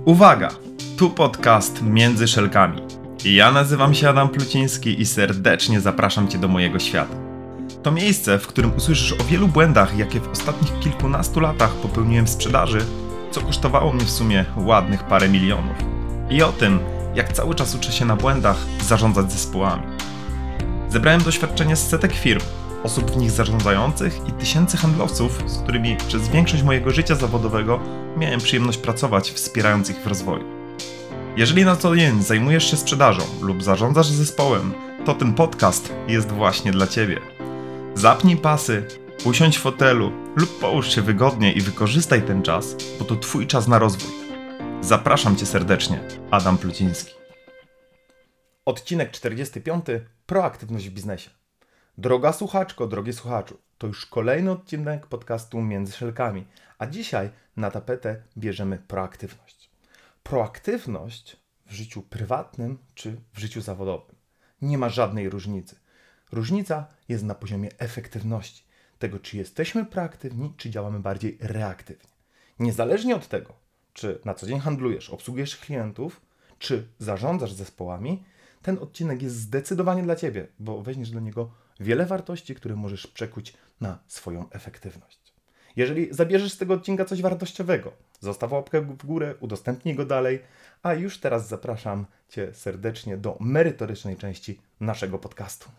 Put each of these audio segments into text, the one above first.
Uwaga! Tu podcast Między Szelkami. Ja nazywam się Adam Pluciński i serdecznie zapraszam Cię do mojego świata. To miejsce, w którym usłyszysz o wielu błędach, jakie w ostatnich kilkunastu latach popełniłem w sprzedaży, co kosztowało mnie w sumie ładnych parę milionów. I o tym, jak cały czas uczę się na błędach zarządzać zespołami. Zebrałem doświadczenie z setek firm, osób w nich zarządzających i tysięcy handlowców, z którymi przez większość mojego życia zawodowego miałem przyjemność pracować, wspierając ich w rozwoju. Jeżeli na co dzień zajmujesz się sprzedażą lub zarządzasz zespołem, to ten podcast jest właśnie dla Ciebie. Zapnij pasy, usiądź w fotelu lub połóż się wygodnie i wykorzystaj ten czas, bo to Twój czas na rozwój. Zapraszam Cię serdecznie, Adam Pluciński. Odcinek 45. Proaktywność w biznesie. Droga słuchaczko, drogi słuchaczu, to już kolejny odcinek podcastu Między Szelkami, a dzisiaj na tapetę bierzemy proaktywność. Proaktywność w życiu prywatnym czy w życiu zawodowym. Nie ma żadnej różnicy. Różnica jest na poziomie efektywności, tego czy jesteśmy proaktywni, czy działamy bardziej reaktywnie. Niezależnie od tego, czy na co dzień handlujesz, obsługujesz klientów, czy zarządzasz zespołami, ten odcinek jest zdecydowanie dla Ciebie, bo weźmiesz do niego wiele wartości, które możesz przekuć na swoją efektywność. Jeżeli zabierzesz z tego odcinka coś wartościowego, zostaw łapkę w górę, udostępnij go dalej, a już teraz zapraszam Cię serdecznie do merytorycznej części naszego podcastu.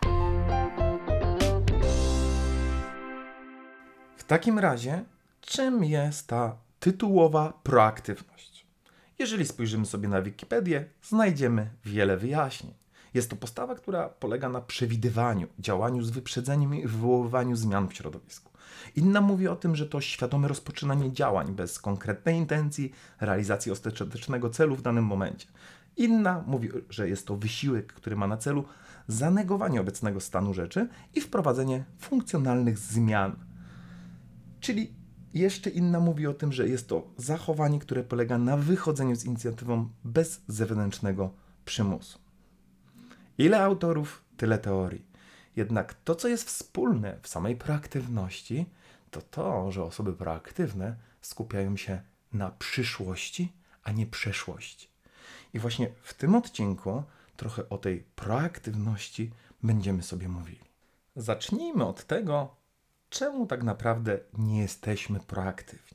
W takim razie, czym jest ta tytułowa proaktywność? Jeżeli spojrzymy sobie na Wikipedię, znajdziemy wiele wyjaśnień. Jest to postawa, która polega na przewidywaniu, działaniu z wyprzedzeniem i wywoływaniu zmian w środowisku. Inna mówi o tym, że to świadome rozpoczynanie działań bez konkretnej intencji, realizacji ostatecznego celu w danym momencie. Inna mówi, że jest to wysiłek, który ma na celu zanegowanie obecnego stanu rzeczy i wprowadzenie funkcjonalnych zmian. Czyli jeszcze inna mówi o tym, że jest to zachowanie, które polega na wychodzeniu z inicjatywą bez zewnętrznego przymusu. Ile autorów, tyle teorii. Jednak to, co jest wspólne w samej proaktywności, to to, że osoby proaktywne skupiają się na przyszłości, a nie przeszłości. I właśnie w tym odcinku trochę o tej proaktywności będziemy sobie mówili. Zacznijmy od tego, czemu tak naprawdę nie jesteśmy proaktywni.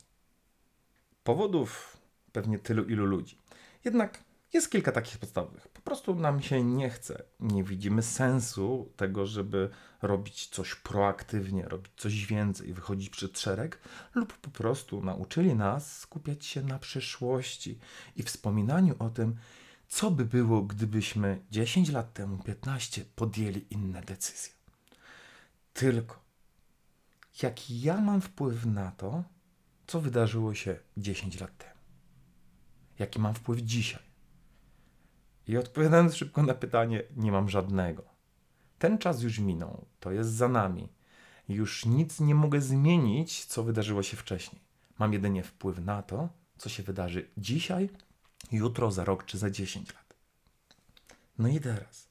Powodów pewnie tylu, ilu ludzi. Jednak jest kilka takich podstawowych. Po prostu nam się nie chce. Nie widzimy sensu tego, żeby robić coś proaktywnie, robić coś więcej, wychodzić przed szereg, lub po prostu nauczyli nas skupiać się na przyszłości i wspominaniu o tym, co by było, gdybyśmy 10 lat temu, 15 podjęli inne decyzje. Tylko, jaki ja mam wpływ na to, co wydarzyło się 10 lat temu? Jaki mam wpływ dzisiaj? I odpowiadając szybko na pytanie, nie mam żadnego. Ten czas już minął, to jest za nami. Już nic nie mogę zmienić, co wydarzyło się wcześniej. Mam jedynie wpływ na to, co się wydarzy dzisiaj, jutro, za rok czy za 10 lat. No i teraz.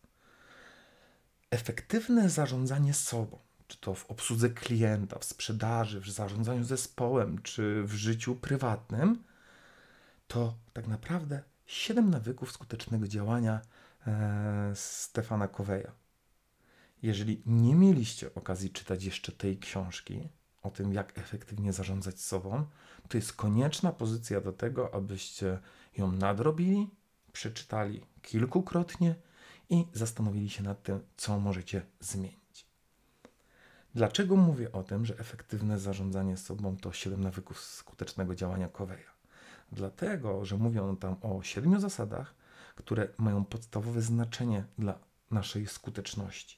Efektywne zarządzanie sobą, czy to w obsłudze klienta, w sprzedaży, w zarządzaniu zespołem, czy w życiu prywatnym, to tak naprawdę 7 nawyków skutecznego działania Stephena Coveya. Jeżeli nie mieliście okazji czytać jeszcze tej książki o tym, jak efektywnie zarządzać sobą, to jest konieczna pozycja do tego, abyście ją nadrobili, przeczytali kilkukrotnie i zastanowili się nad tym, co możecie zmienić. Dlaczego mówię o tym, że efektywne zarządzanie sobą to 7 nawyków skutecznego działania Coveya? Dlatego, że mówią tam o 7 zasadach, które mają podstawowe znaczenie dla naszej skuteczności.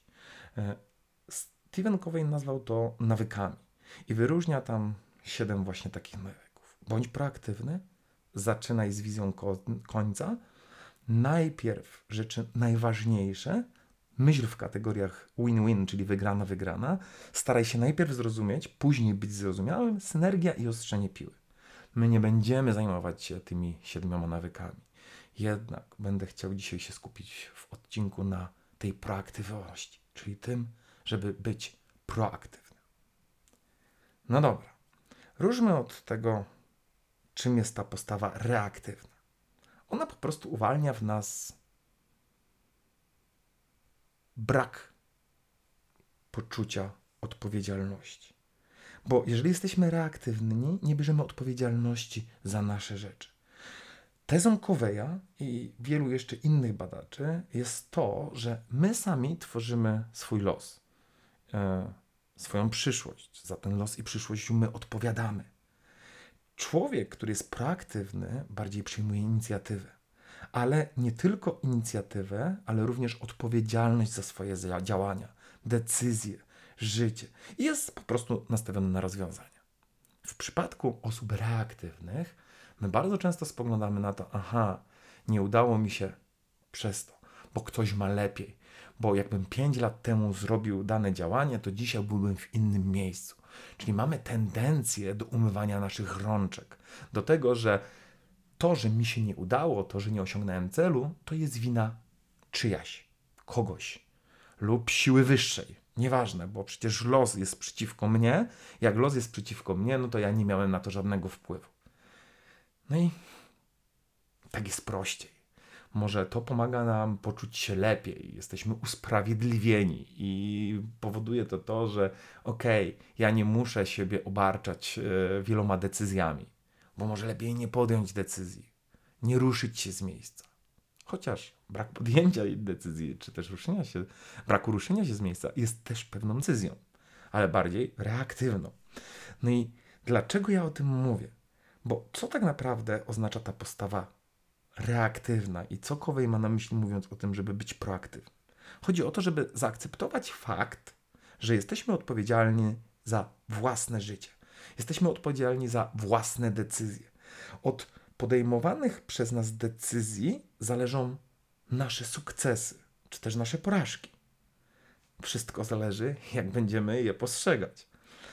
Stephen Covey nazwał to nawykami i wyróżnia tam 7 właśnie takich nawyków. Bądź proaktywny, zaczynaj z wizją końca, najpierw rzeczy najważniejsze, myśl w kategoriach win-win, czyli wygrana, staraj się najpierw zrozumieć, później być zrozumiałym, synergia i ostrzenie piły. My nie będziemy zajmować się tymi 7 nawykami. Jednak będę chciał dzisiaj się skupić w odcinku na tej proaktywności, czyli tym, żeby być proaktywnym. No dobra, ruszmy od tego, czym jest ta postawa reaktywna. Ona po prostu uwalnia w nas brak poczucia odpowiedzialności. Bo jeżeli jesteśmy reaktywni, nie bierzemy odpowiedzialności za nasze rzeczy. Tezą Coveya i wielu jeszcze innych badaczy jest to, że my sami tworzymy swój los, swoją przyszłość. Za ten los i przyszłość my odpowiadamy. Człowiek, który jest proaktywny, bardziej przyjmuje inicjatywę. Ale nie tylko inicjatywę, ale również odpowiedzialność za swoje działania, decyzje, życie. I jest po prostu nastawiony na rozwiązania. W przypadku osób reaktywnych my bardzo często spoglądamy na to, nie udało mi się przez to, bo ktoś ma lepiej, bo jakbym 5 lat temu zrobił dane działanie, to dzisiaj byłbym w innym miejscu. Czyli mamy tendencję do umywania naszych rączek, do tego, że to, że mi się nie udało, to, że nie osiągnąłem celu, to jest wina czyjaś, kogoś lub siły wyższej. Nieważne, bo przecież los jest przeciwko mnie. Jak los jest przeciwko mnie, no to ja nie miałem na to żadnego wpływu. No i tak jest prościej. Może to pomaga nam poczuć się lepiej, jesteśmy usprawiedliwieni i powoduje to, że ja nie muszę siebie obarczać wieloma decyzjami, bo może lepiej nie podjąć decyzji, nie ruszyć się z miejsca. Chociaż brak podjęcia decyzji, czy też braku ruszenia się z miejsca jest też pewną decyzją, ale bardziej reaktywną. No i dlaczego ja o tym mówię? Bo co tak naprawdę oznacza ta postawa reaktywna i co Covey ma na myśli, mówiąc o tym, żeby być proaktywnym? Chodzi o to, żeby zaakceptować fakt, że jesteśmy odpowiedzialni za własne życie. Jesteśmy odpowiedzialni za własne decyzje. Od podejmowanych przez nas decyzji zależą nasze sukcesy, czy też nasze porażki. Wszystko zależy, jak będziemy je postrzegać.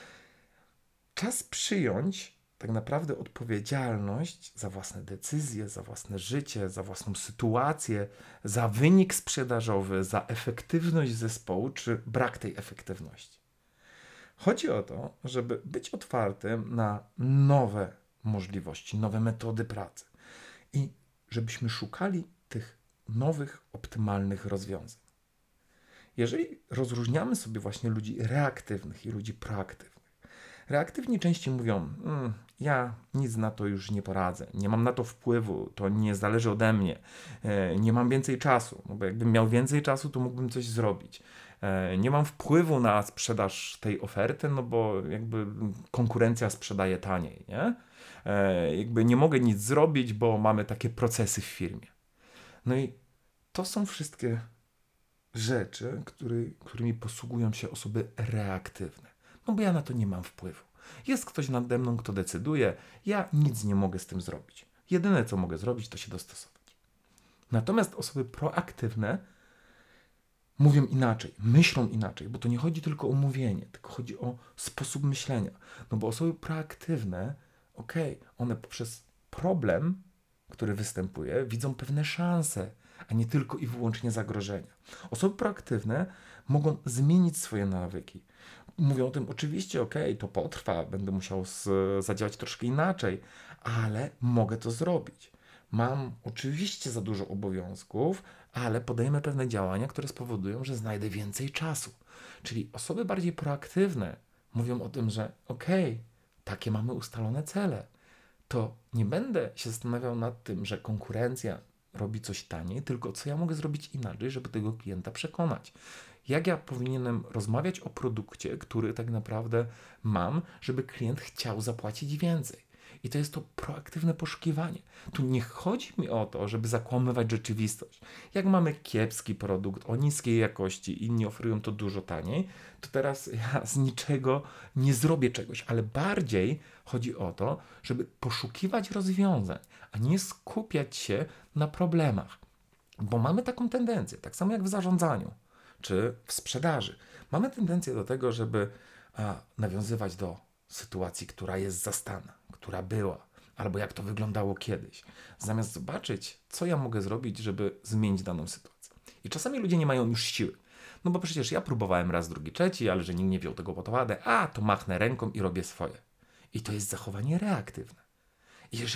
Czas przyjąć tak naprawdę odpowiedzialność za własne decyzje, za własne życie, za własną sytuację, za wynik sprzedażowy, za efektywność zespołu, czy brak tej efektywności. Chodzi o to, żeby być otwartym na nowe możliwości, nowe metody pracy i żebyśmy szukali tych nowych, optymalnych rozwiązań. Jeżeli rozróżniamy sobie właśnie ludzi reaktywnych i ludzi proaktywnych, reaktywni częściej mówią, ja nic na to już nie poradzę, nie mam na to wpływu, to nie zależy ode mnie, nie mam więcej czasu, no bo jakbym miał więcej czasu, to mógłbym coś zrobić. Nie mam wpływu na sprzedaż tej oferty, no bo jakby konkurencja sprzedaje taniej, nie? Jakby nie mogę nic zrobić, bo mamy takie procesy w firmie. No i to są wszystkie rzeczy, którymi posługują się osoby reaktywne. No bo ja na to nie mam wpływu. Jest ktoś nade mną, kto decyduje, ja nic nie mogę z tym zrobić. Jedyne, co mogę zrobić, to się dostosować. Natomiast osoby proaktywne mówią inaczej, myślą inaczej, bo to nie chodzi tylko o mówienie, tylko chodzi o sposób myślenia. No bo osoby proaktywne, one poprzez problem, który występuje, widzą pewne szanse, a nie tylko i wyłącznie zagrożenia. Osoby proaktywne mogą zmienić swoje nawyki. Mówią o tym, oczywiście, to potrwa, będę musiał zadziałać troszkę inaczej, ale mogę to zrobić. Mam oczywiście za dużo obowiązków, ale podejmę pewne działania, które spowodują, że znajdę więcej czasu. Czyli osoby bardziej proaktywne mówią o tym, że takie mamy ustalone cele. To nie będę się zastanawiał nad tym, że konkurencja robi coś taniej, tylko co ja mogę zrobić inaczej, żeby tego klienta przekonać. Jak ja powinienem rozmawiać o produkcie, który tak naprawdę mam, żeby klient chciał zapłacić więcej. I to jest to proaktywne poszukiwanie. Tu nie chodzi mi o to, żeby zakłamywać rzeczywistość. Jak mamy kiepski produkt o niskiej jakości, inni oferują to dużo taniej, to teraz ja z niczego nie zrobię czegoś, ale bardziej chodzi o to, żeby poszukiwać rozwiązań, a nie skupiać się na problemach. Bo mamy taką tendencję, tak samo jak w zarządzaniu czy w sprzedaży. Mamy tendencję do tego, żeby nawiązywać do sytuacji, która jest zastana, która była, albo jak to wyglądało kiedyś, zamiast zobaczyć, co ja mogę zrobić, żeby zmienić daną sytuację. I czasami ludzie nie mają już siły. No bo przecież ja próbowałem raz, drugi, trzeci, ale że nikt nie wziął tego pod uwagę, to machnę ręką i robię swoje. I to jest zachowanie reaktywne. I jeżeli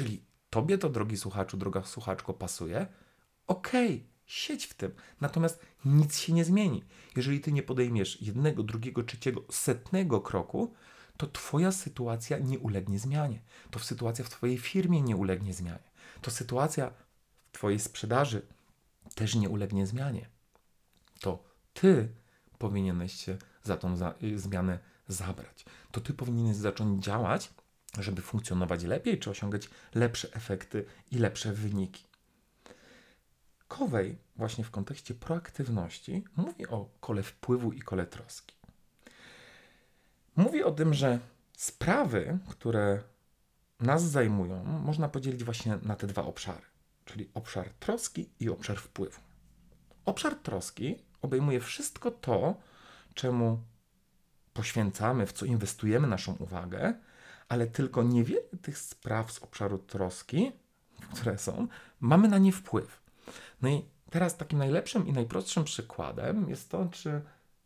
Tobie to, drogi słuchaczu, droga słuchaczko, pasuje? Okej, siedź w tym. Natomiast nic się nie zmieni. Jeżeli ty nie podejmiesz jednego, drugiego, trzeciego, setnego kroku, to twoja sytuacja nie ulegnie zmianie. To sytuacja w twojej firmie nie ulegnie zmianie. To sytuacja w twojej sprzedaży też nie ulegnie zmianie. To ty powinieneś się za tą zmianę zabrać. To ty powinieneś zacząć działać, żeby funkcjonować lepiej, czy osiągać lepsze efekty i lepsze wyniki. Covey właśnie w kontekście proaktywności mówi o kole wpływu i kole troski. Mówi o tym, że sprawy, które nas zajmują, można podzielić właśnie na te dwa obszary, czyli obszar troski i obszar wpływu. Obszar troski obejmuje wszystko to, czemu poświęcamy, w co inwestujemy naszą uwagę, ale tylko niewiele tych spraw z obszaru troski, które są, mamy na nie wpływ. No i teraz takim najlepszym i najprostszym przykładem jest to, czy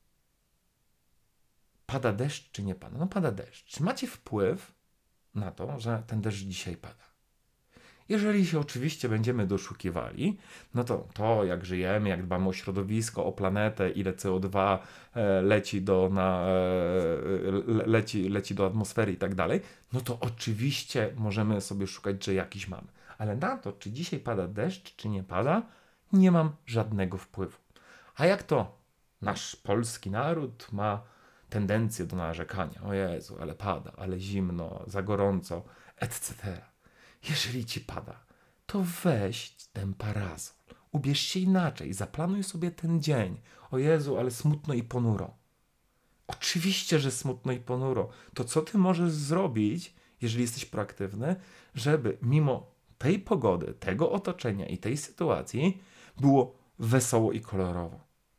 pada deszcz, czy nie pada. No pada deszcz. Czy macie wpływ na to, że ten deszcz dzisiaj pada? Jeżeli się oczywiście będziemy doszukiwali, no to jak żyjemy, jak dbamy o środowisko, o planetę, ile CO2 leci do atmosfery i tak dalej, no to oczywiście możemy sobie szukać, że jakiś mamy. Ale na to, czy dzisiaj pada deszcz, czy nie pada, nie mam żadnego wpływu. A jak to nasz polski naród ma tendencję do narzekania? O Jezu, ale pada, ale zimno, za gorąco, etc. Jeżeli ci pada, to weź ten parasol, ubierz się inaczej, zaplanuj sobie ten dzień. O Jezu, ale smutno i ponuro. Oczywiście, że smutno i ponuro. To co ty możesz zrobić, jeżeli jesteś proaktywny, żeby mimo tej pogody, tego otoczenia i tej sytuacji było wesoło i kolorowo?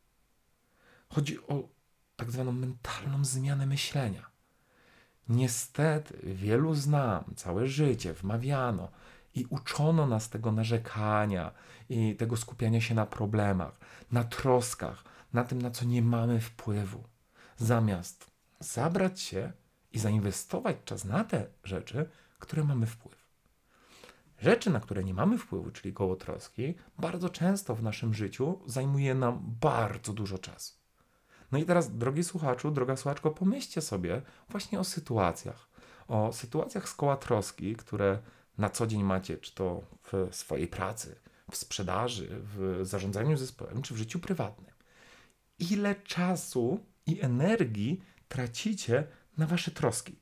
Chodzi o tak zwaną mentalną zmianę myślenia. Niestety, wielu z nam całe życie wmawiano i uczono nas tego narzekania i tego skupiania się na problemach, na troskach, na tym, na co nie mamy wpływu. Zamiast zabrać się i zainwestować czas na te rzeczy, które mamy wpływ. Rzeczy, na które nie mamy wpływu, czyli koło troski, bardzo często w naszym życiu zajmuje nam bardzo dużo czasu. No i teraz, drogi słuchaczu, droga słuchaczko, pomyślcie sobie właśnie o sytuacjach z koła troski, które na co dzień macie, czy to w swojej pracy, w sprzedaży, w zarządzaniu zespołem, czy w życiu prywatnym. Ile czasu i energii tracicie na wasze troski?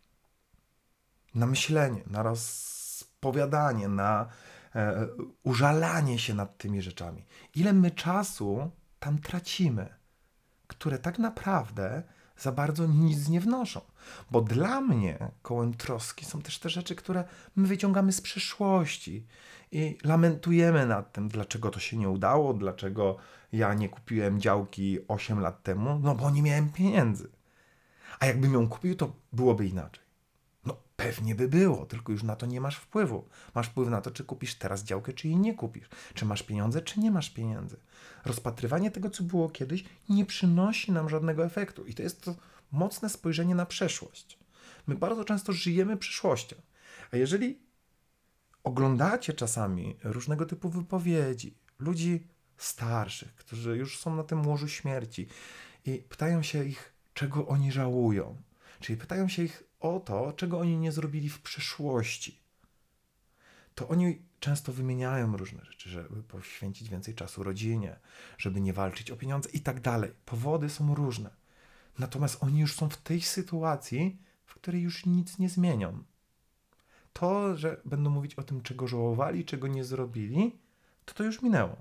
Na myślenie, na rozpowiadanie, na użalanie się nad tymi rzeczami. Ile my czasu tam tracimy, które tak naprawdę za bardzo nic nie wnoszą. Bo dla mnie kołem troski są też te rzeczy, które my wyciągamy z przeszłości i lamentujemy nad tym, dlaczego to się nie udało, dlaczego ja nie kupiłem działki 8 lat temu, no bo nie miałem pieniędzy. A jakbym ją kupił, to byłoby inaczej. No pewnie by było, tylko już na to nie masz wpływu. Masz wpływ na to, czy kupisz teraz działkę, czy jej nie kupisz. Czy masz pieniądze, czy nie masz pieniędzy. Rozpatrywanie tego, co było kiedyś, nie przynosi nam żadnego efektu. I to jest to mocne spojrzenie na przeszłość. My bardzo często żyjemy przyszłością. A jeżeli oglądacie czasami różnego typu wypowiedzi ludzi starszych, którzy już są na tym łożu śmierci i pytają się ich, czego oni żałują. Czyli pytają się ich o to, czego oni nie zrobili w przeszłości. To oni często wymieniają różne rzeczy, żeby poświęcić więcej czasu rodzinie, żeby nie walczyć o pieniądze i tak dalej. Powody są różne. Natomiast oni już są w tej sytuacji, w której już nic nie zmienią. To, że będą mówić o tym, czego żałowali, czego nie zrobili, to już minęło.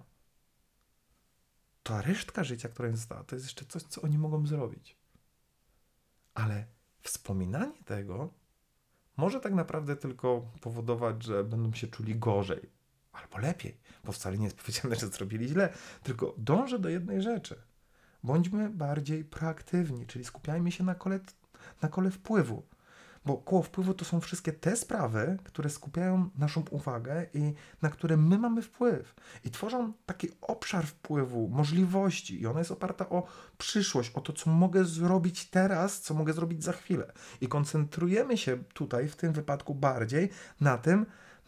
Ta resztka życia, która im została, to jest jeszcze coś, co oni mogą zrobić. Ale wspominanie tego może tak naprawdę tylko powodować, że będą się czuli gorzej albo lepiej, bo wcale nie jest powiedziane, że zrobili źle, tylko dążę do jednej rzeczy. Bądźmy bardziej proaktywni, czyli skupiajmy się na kole wpływu. Bo koło wpływu to są wszystkie te sprawy, które skupiają naszą uwagę i na które my mamy wpływ. I tworzą taki obszar wpływu, możliwości. I ona jest oparta o przyszłość, o to, co mogę zrobić teraz, co mogę zrobić za chwilę. I koncentrujemy się tutaj, w tym wypadku bardziej, na tym,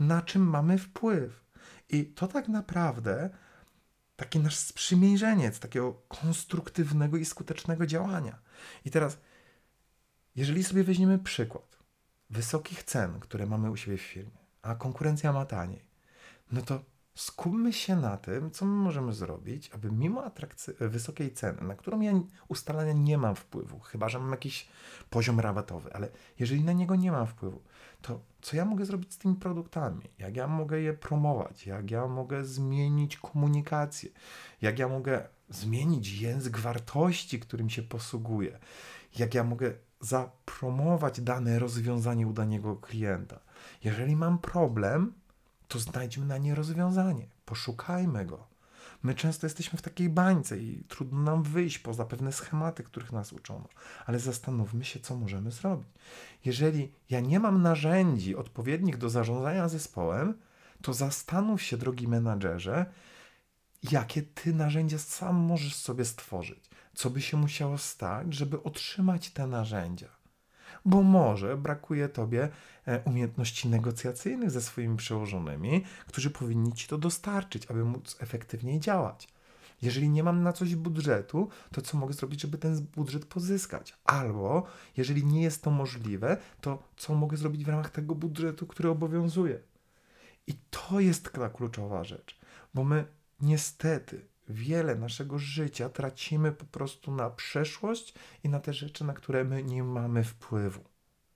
na czym mamy wpływ. I to tak naprawdę taki nasz sprzymierzeniec takiego konstruktywnego i skutecznego działania. I teraz, jeżeli sobie weźmiemy przykład wysokich cen, które mamy u siebie w firmie, a konkurencja ma taniej, no to skupmy się na tym, co my możemy zrobić, aby mimo wysokiej ceny, na którą ja ustalania nie mam wpływu, chyba że mam jakiś poziom rabatowy, ale jeżeli na niego nie mam wpływu, to co ja mogę zrobić z tymi produktami? Jak ja mogę je promować? Jak ja mogę zmienić komunikację? Jak ja mogę zmienić język wartości, którym się posługuję? Jak ja mogę zapromować dane rozwiązanie u danego klienta? Jeżeli mam problem, to znajdźmy na nie rozwiązanie. Poszukajmy go. My często jesteśmy w takiej bańce i trudno nam wyjść poza pewne schematy, których nas uczono. Ale zastanówmy się, co możemy zrobić. Jeżeli ja nie mam narzędzi odpowiednich do zarządzania zespołem, to zastanów się, drogi menadżerze, jakie ty narzędzia sam możesz sobie stworzyć. Co by się musiało stać, żeby otrzymać te narzędzia. Bo może brakuje tobie umiejętności negocjacyjnych ze swoimi przełożonymi, którzy powinni ci to dostarczyć, aby móc efektywniej działać. Jeżeli nie mam na coś budżetu, to co mogę zrobić, żeby ten budżet pozyskać? Albo jeżeli nie jest to możliwe, to co mogę zrobić w ramach tego budżetu, który obowiązuje? I to jest ta kluczowa rzecz, bo my niestety wiele naszego życia tracimy po prostu na przeszłość i na te rzeczy, na które my nie mamy wpływu.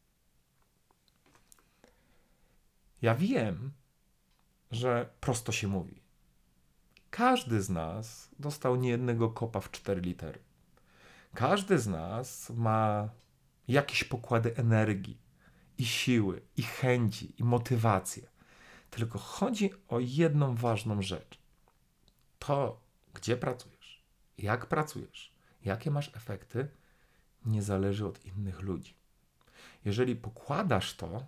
Ja wiem, że prosto się mówi. Każdy z nas dostał niejednego kopa w 4 litery. Każdy z nas ma jakieś pokłady energii i siły, i chęci, i motywację. Tylko chodzi o jedną ważną rzecz. To, gdzie pracujesz, jak pracujesz, jakie masz efekty, nie zależy od innych ludzi. Jeżeli pokładasz to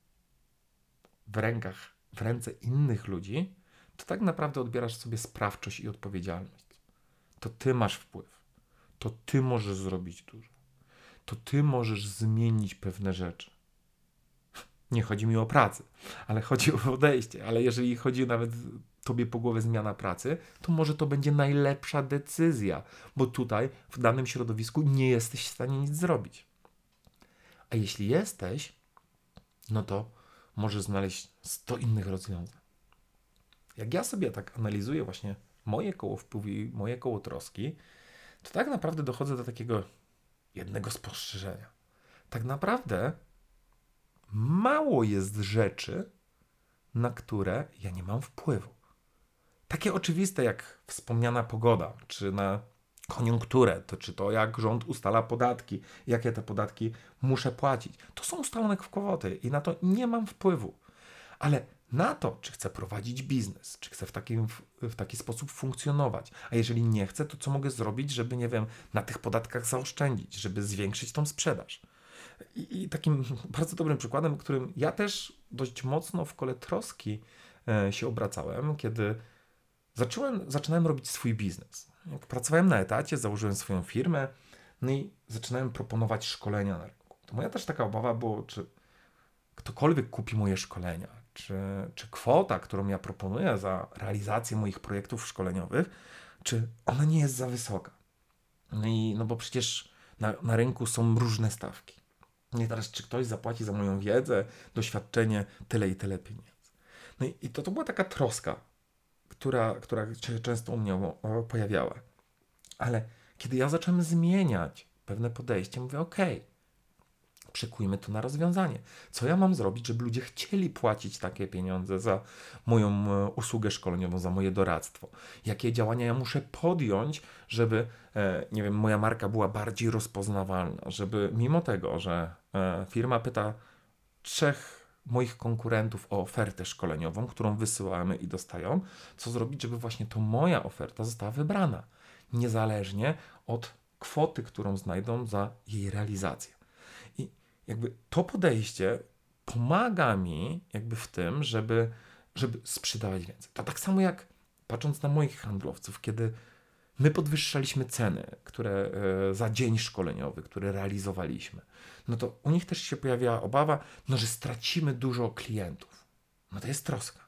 w ręce innych ludzi, to tak naprawdę odbierasz sobie sprawczość i odpowiedzialność. To ty masz wpływ. To ty możesz zrobić dużo. To ty możesz zmienić pewne rzeczy. Nie chodzi mi o pracę, ale chodzi o podejście. Ale jeżeli chodzi nawet tobie po głowie zmiana pracy, to może to będzie najlepsza decyzja, bo tutaj w danym środowisku nie jesteś w stanie nic zrobić. A jeśli jesteś, no to możesz znaleźć 100 innych rozwiązań. Jak ja sobie tak analizuję właśnie moje koło wpływu i moje koło troski, to tak naprawdę dochodzę do takiego jednego spostrzeżenia. Tak naprawdę mało jest rzeczy, na które ja nie mam wpływu. Takie oczywiste jak wspomniana pogoda, czy na koniunkturę, czy to jak rząd ustala podatki, jakie te podatki muszę płacić. To są ustalone kwoty i na to nie mam wpływu. Ale na to, czy chcę prowadzić biznes, czy chcę w taki sposób funkcjonować, a jeżeli nie chcę, to co mogę zrobić, żeby, nie wiem, na tych podatkach zaoszczędzić, żeby zwiększyć tą sprzedaż. I takim bardzo dobrym przykładem, którym ja też dość mocno w kole troski się obracałem, kiedy zaczynałem robić swój biznes. Jak pracowałem na etacie, założyłem swoją firmę, no i zaczynałem proponować szkolenia na rynku. To moja też taka obawa była, czy ktokolwiek kupi moje szkolenia, czy kwota, którą ja proponuję za realizację moich projektów szkoleniowych, czy ona nie jest za wysoka. No bo przecież na rynku są różne stawki. No i teraz, czy ktoś zapłaci za moją wiedzę, doświadczenie tyle i tyle pieniędzy. No i to była taka troska, która się często u mnie pojawiała. Ale kiedy ja zacząłem zmieniać pewne podejście, mówię, przekujmy to na rozwiązanie. Co ja mam zrobić, żeby ludzie chcieli płacić takie pieniądze za moją usługę szkoleniową, za moje doradztwo? Jakie działania ja muszę podjąć, żeby, nie wiem, moja marka była bardziej rozpoznawalna, żeby mimo tego, że firma pyta 3 moich konkurentów o ofertę szkoleniową, którą wysyłamy i dostają, co zrobić, żeby właśnie to moja oferta została wybrana, niezależnie od kwoty, którą znajdą za jej realizację. I jakby to podejście pomaga mi jakby w tym, żeby sprzedawać więcej. To tak samo jak patrząc na moich handlowców, kiedy my podwyższaliśmy ceny, które za dzień szkoleniowy, który realizowaliśmy, no to u nich też się pojawiała obawa, że stracimy dużo klientów. No to jest troska.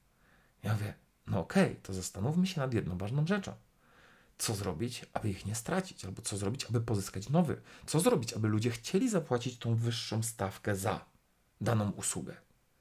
Ja mówię, no okej, to zastanówmy się nad jedną ważną rzeczą. Co zrobić, aby ich nie stracić? Albo co zrobić, aby pozyskać nowy? Co zrobić, aby ludzie chcieli zapłacić tą wyższą stawkę za daną usługę?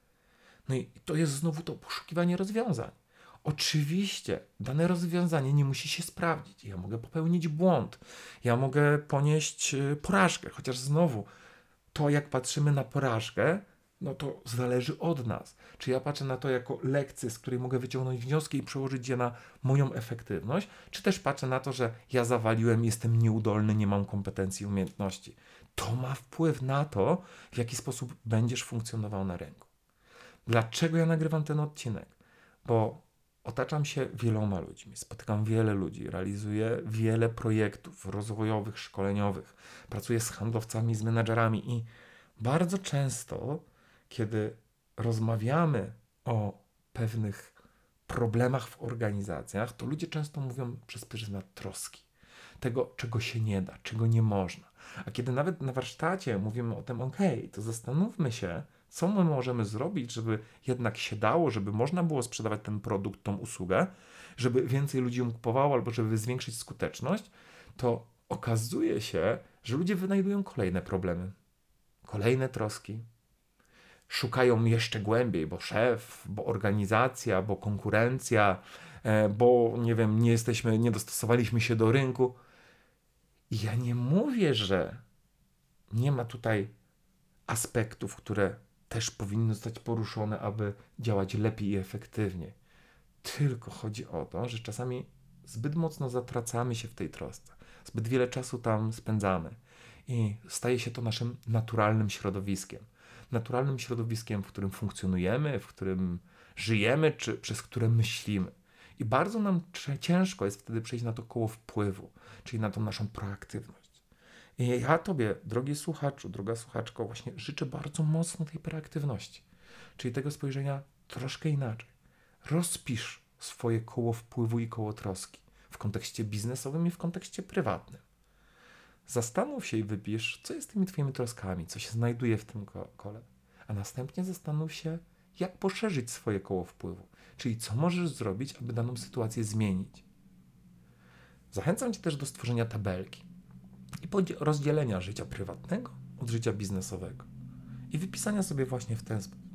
No i to jest znowu to poszukiwanie rozwiązań. Oczywiście dane rozwiązanie nie musi się sprawdzić. Ja mogę popełnić błąd. Ja mogę ponieść porażkę. Chociaż znowu, to jak patrzymy na porażkę, no to zależy od nas. Czy ja patrzę na to jako lekcję, z której mogę wyciągnąć wnioski i przełożyć je na moją efektywność, czy też patrzę na to, że ja zawaliłem, jestem nieudolny, nie mam kompetencji i umiejętności. To ma wpływ na to, w jaki sposób będziesz funkcjonował na rynku. Dlaczego ja nagrywam ten odcinek? Bo otaczam się wieloma ludźmi, spotykam wiele ludzi, realizuję wiele projektów rozwojowych, szkoleniowych, pracuję z handlowcami, z menadżerami i bardzo często, kiedy rozmawiamy o pewnych problemach w organizacjach, to ludzie często mówią przez pryzmat troski. Tego, czego się nie da, czego nie można. A kiedy nawet na warsztacie mówimy o tym, to zastanówmy się, co my możemy zrobić, żeby jednak się dało, żeby można było sprzedawać ten produkt, tą usługę, żeby więcej ludzi ją kupowało albo żeby zwiększyć skuteczność, to okazuje się, że ludzie wynajdują kolejne problemy, kolejne troski. Szukają jeszcze głębiej, bo szef, bo organizacja, bo konkurencja, bo nie wiem, nie dostosowaliśmy się do rynku. I ja nie mówię, że nie ma tutaj aspektów, które też powinny zostać poruszone, aby działać lepiej i efektywnie. Tylko chodzi o to, że czasami zbyt mocno zatracamy się w tej trosce. Zbyt wiele czasu tam spędzamy. I staje się to naszym naturalnym środowiskiem. Naturalnym środowiskiem, w którym funkcjonujemy, w którym żyjemy, czy przez które myślimy. I bardzo nam ciężko jest wtedy przejść na to koło wpływu, czyli na tą naszą proaktywność. I ja Tobie, drogi słuchaczu, droga słuchaczko, właśnie życzę bardzo mocno tej proaktywności, czyli tego spojrzenia troszkę inaczej. Rozpisz swoje koło wpływu i koło troski w kontekście biznesowym i w kontekście prywatnym. Zastanów się i wypisz, co jest tymi Twoimi troskami, co się znajduje w tym kole, a następnie zastanów się, jak poszerzyć swoje koło wpływu, czyli co możesz zrobić, aby daną sytuację zmienić. Zachęcam Cię też do stworzenia tabelki i rozdzielenia życia prywatnego od życia biznesowego i wypisania sobie właśnie w ten sposób,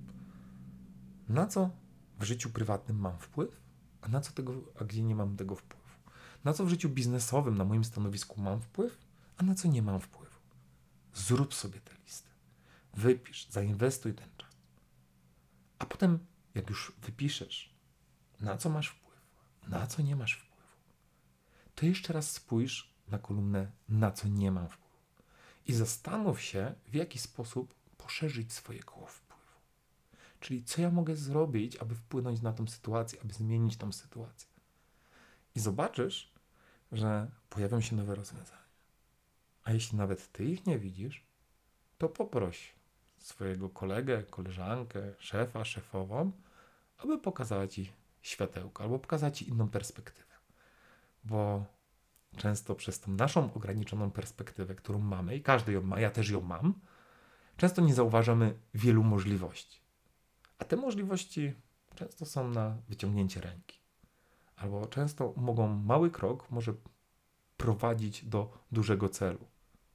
na co w życiu prywatnym mam wpływ, a gdzie nie mam tego wpływu. Na co w życiu biznesowym, na moim stanowisku mam wpływ, a na co nie mam wpływu. Zrób sobie tę listę. Wypisz, zainwestuj ten czas. A potem, jak już wypiszesz, na co masz wpływ, na co nie masz wpływu, to jeszcze raz spójrz na kolumnę, na co nie mam wpływu. I zastanów się, w jaki sposób poszerzyć swoje koło wpływu. Czyli co ja mogę zrobić, aby wpłynąć na tą sytuację, aby zmienić tą sytuację. I zobaczysz, że pojawią się nowe rozwiązania. A jeśli nawet ty ich nie widzisz, to poproś swojego kolegę, koleżankę, szefa, szefową, aby pokazała ci światełko albo pokazała ci inną perspektywę. Bo często przez tą naszą ograniczoną perspektywę, którą mamy i każdy ją ma, ja też ją mam, często nie zauważamy wielu możliwości. A te możliwości często są na wyciągnięcie ręki. Albo często mały krok może prowadzić do dużego celu.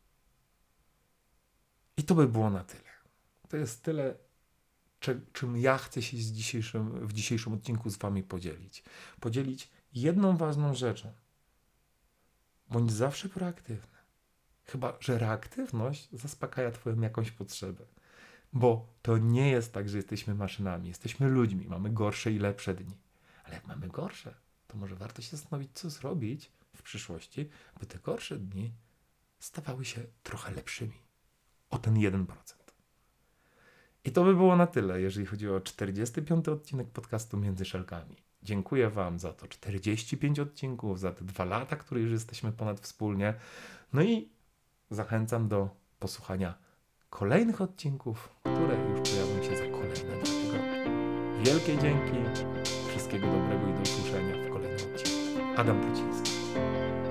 I to by było na tyle. To jest tyle, czym ja chcę się w dzisiejszym odcinku z Wami podzielić. Podzielić jedną ważną rzeczą. Bądź zawsze proaktywny. Chyba że reaktywność zaspokaja Twoją jakąś potrzebę. Bo to nie jest tak, że jesteśmy maszynami. Jesteśmy ludźmi. Mamy gorsze i lepsze dni. Ale jak mamy gorsze, to może warto się zastanowić, co zrobić w przyszłości, by te gorsze dni stawały się trochę lepszymi. O ten 1%. I to by było na tyle, jeżeli chodzi o 45. odcinek podcastu Między Szelkami. Dziękuję Wam za to 45 odcinków, za te 2 lata, które już jesteśmy ponad wspólnie. No i zachęcam do posłuchania kolejnych odcinków, które już pojawią się za kolejne 2 tygodnie. Wielkie dzięki, wszystkiego dobrego i do usłyszenia w kolejnym odcinku. Adam Pociński.